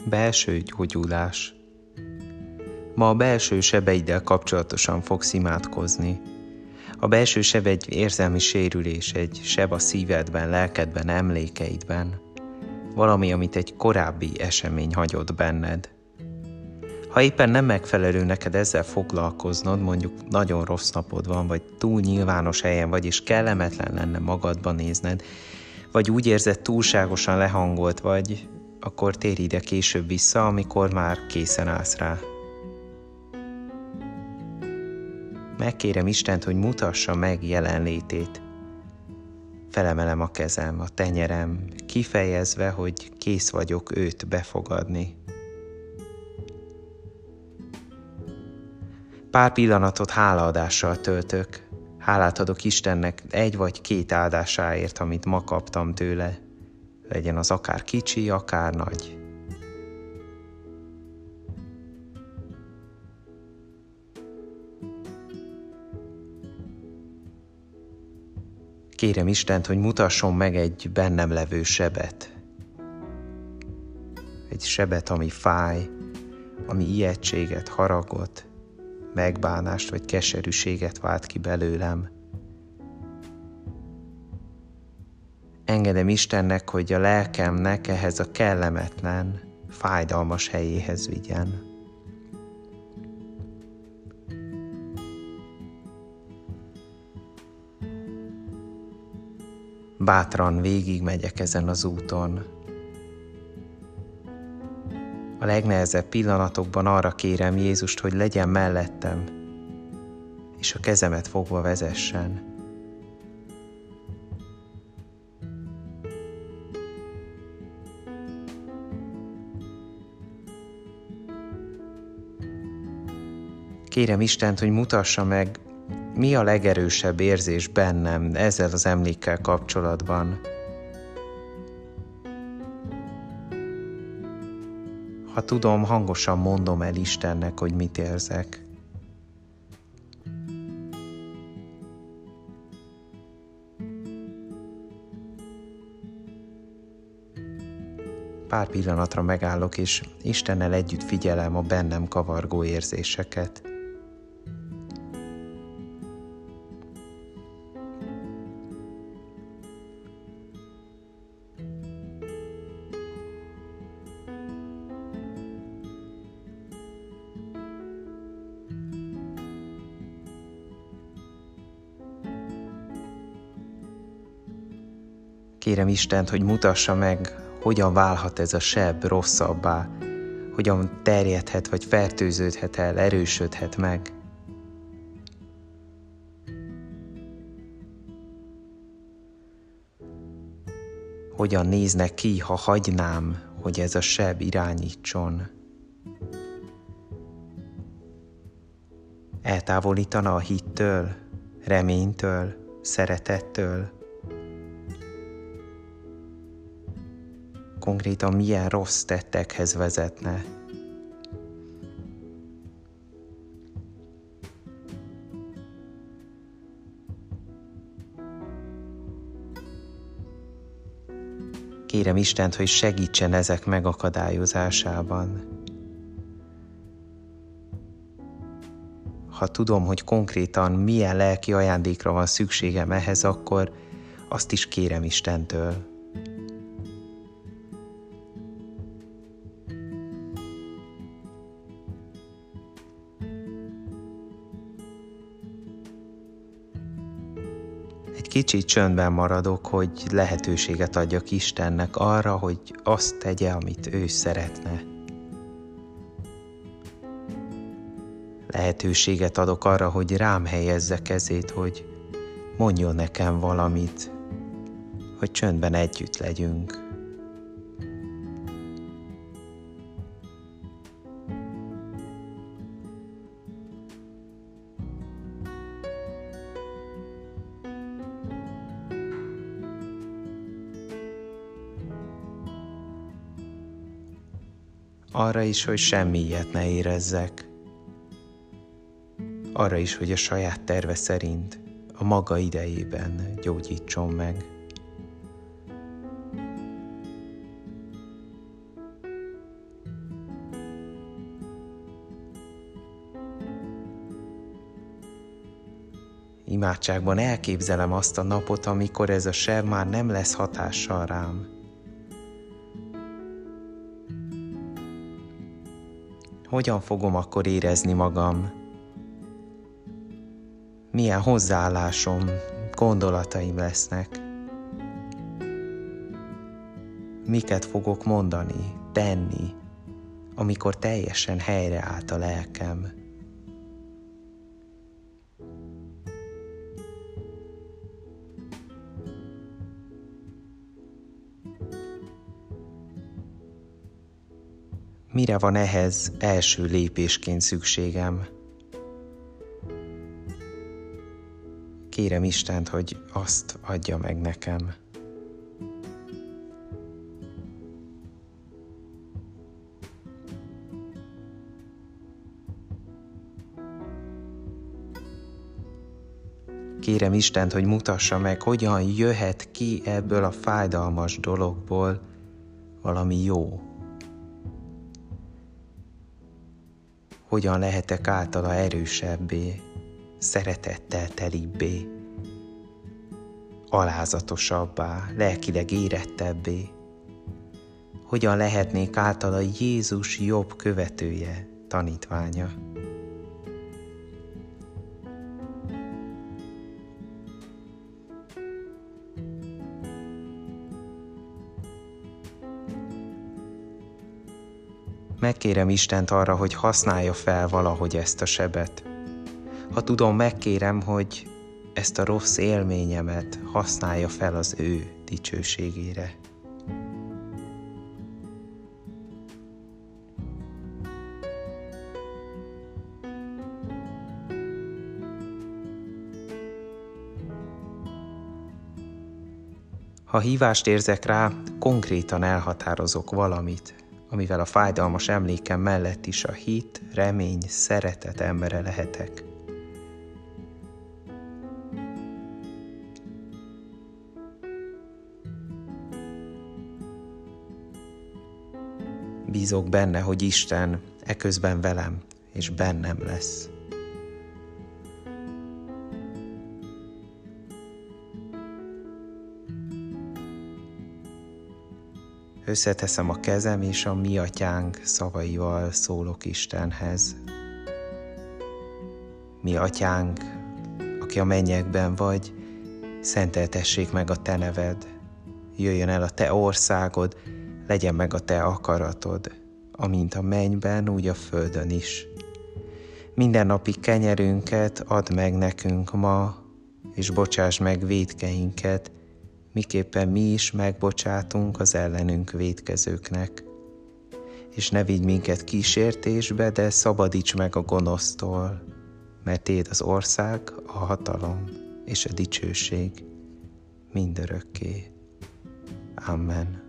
Belső gyógyulás. Ma a belső sebeiddel kapcsolatosan fogsz imádkozni. A belső seb egy érzelmi sérülés, egy seb a szívedben, lelkedben, emlékeidben. Valami, amit egy korábbi esemény hagyott benned. Ha éppen nem megfelelő neked ezzel foglalkoznod, mondjuk nagyon rossz napod van, vagy túl nyilvános helyen vagy, és kellemetlen lenne magadba nézned, vagy úgy érzed túlságosan lehangolt vagy, akkor térj ide később vissza, amikor már készen állsz rá. Megkérem Istent, hogy mutassa meg jelenlétét. Felemelem a kezem, a tenyerem, kifejezve, hogy kész vagyok őt befogadni. Pár pillanatot hálaadással töltök. Hálát adok Istennek egy vagy két áldásáért, amit ma kaptam tőle. Legyen az akár kicsi, akár nagy. Kérem Istent, hogy mutasson meg egy bennem levő sebet. Egy sebet, ami fáj, ami ijegységet, haragot, megbánást vagy keserűséget vált ki belőlem. Engedem Istennek, hogy a lelkemnek ehhez a kellemetlen, fájdalmas helyéhez vigyen. Bátran végigmegyek ezen az úton. A legnehezebb pillanatokban arra kérem Jézust, hogy legyen mellettem, és a kezemet fogva vezessen. Kérem Istent, hogy mutassa meg, mi a legerősebb érzés bennem ezzel az emlékkel kapcsolatban. Ha tudom, hangosan mondom el Istennek, hogy mit érzek. Pár pillanatra megállok, és Istennel együtt figyelem a bennem kavargó érzéseket. Kérem Istent, hogy mutassa meg, hogyan válhat ez a seb rosszabbá, hogyan terjedhet vagy fertőződhet el, erősödhet meg. Hogyan néznek ki, ha hagynám, hogy ez a seb irányítson. Eltávolítana a hittől, reménytől, szeretettől. Konkrétan milyen rossz tettekhez vezetne. Kérem Istent, hogy segítsen ezek megakadályozásában. Ha tudom, hogy konkrétan milyen lelki ajándékra van szükségem ehhez, akkor azt is kérem Istentől. Kicsit csöndben maradok, hogy lehetőséget adjak Istennek arra, hogy azt tegye, amit ő szeretne. Lehetőséget adok arra, hogy rám helyezze kezét, hogy mondjon nekem valamit, hogy csöndben együtt legyünk. Arra is, hogy semmi ilyet ne érezzek. Arra is, hogy a saját terve szerint, a maga idejében gyógyítson meg. imádságban elképzelem azt a napot, amikor ez a seb már nem lesz hatással rám. Hogyan fogom akkor érezni magam? Milyen hozzáállásom, gondolataim lesznek? Miket fogok mondani, tenni, amikor teljesen helyreállt a lelkem? Mire van ehhez első lépésként szükségem? Kérem Istent, hogy azt adja meg nekem. Kérem Istent, hogy mutassa meg, hogyan jöhet ki ebből a fájdalmas dologból valami jó. Hogyan lehetek általa erősebbé, szeretettel telibbé, alázatosabbá, lelkileg érettebbé. Hogyan lehetnék általa Jézus jobb követője, tanítványa. Megkérem Istent arra, hogy használja fel valahogy ezt a sebet. Ha tudom, megkérem, hogy ezt a rossz élményemet használja fel az ő dicsőségére. Ha hívást érzek rá, konkrétan elhatározok valamit, amivel a fájdalmas emlékem mellett is a hit, remény, szeretet embere lehetek. Bízok benne, hogy Isten eközben velem és bennem lesz. Összeteszem a kezem, és a mi atyánk szavaival szólok Istenhez. Mi atyánk, aki a mennyekben vagy, szenteltessék meg a te neved. Jöjjön el a te országod, legyen meg a te akaratod, amint a mennyben, úgy a földön is. Mindennapi kenyerünket add meg nekünk ma, és bocsáss meg vétkeinket, miképpen mi is megbocsátunk az ellenünk vétkezőknek. És ne vigy minket kísértésbe, de szabadíts meg a gonosztól, mert Téd az ország, a hatalom és a dicsőség mindörökké. Amen.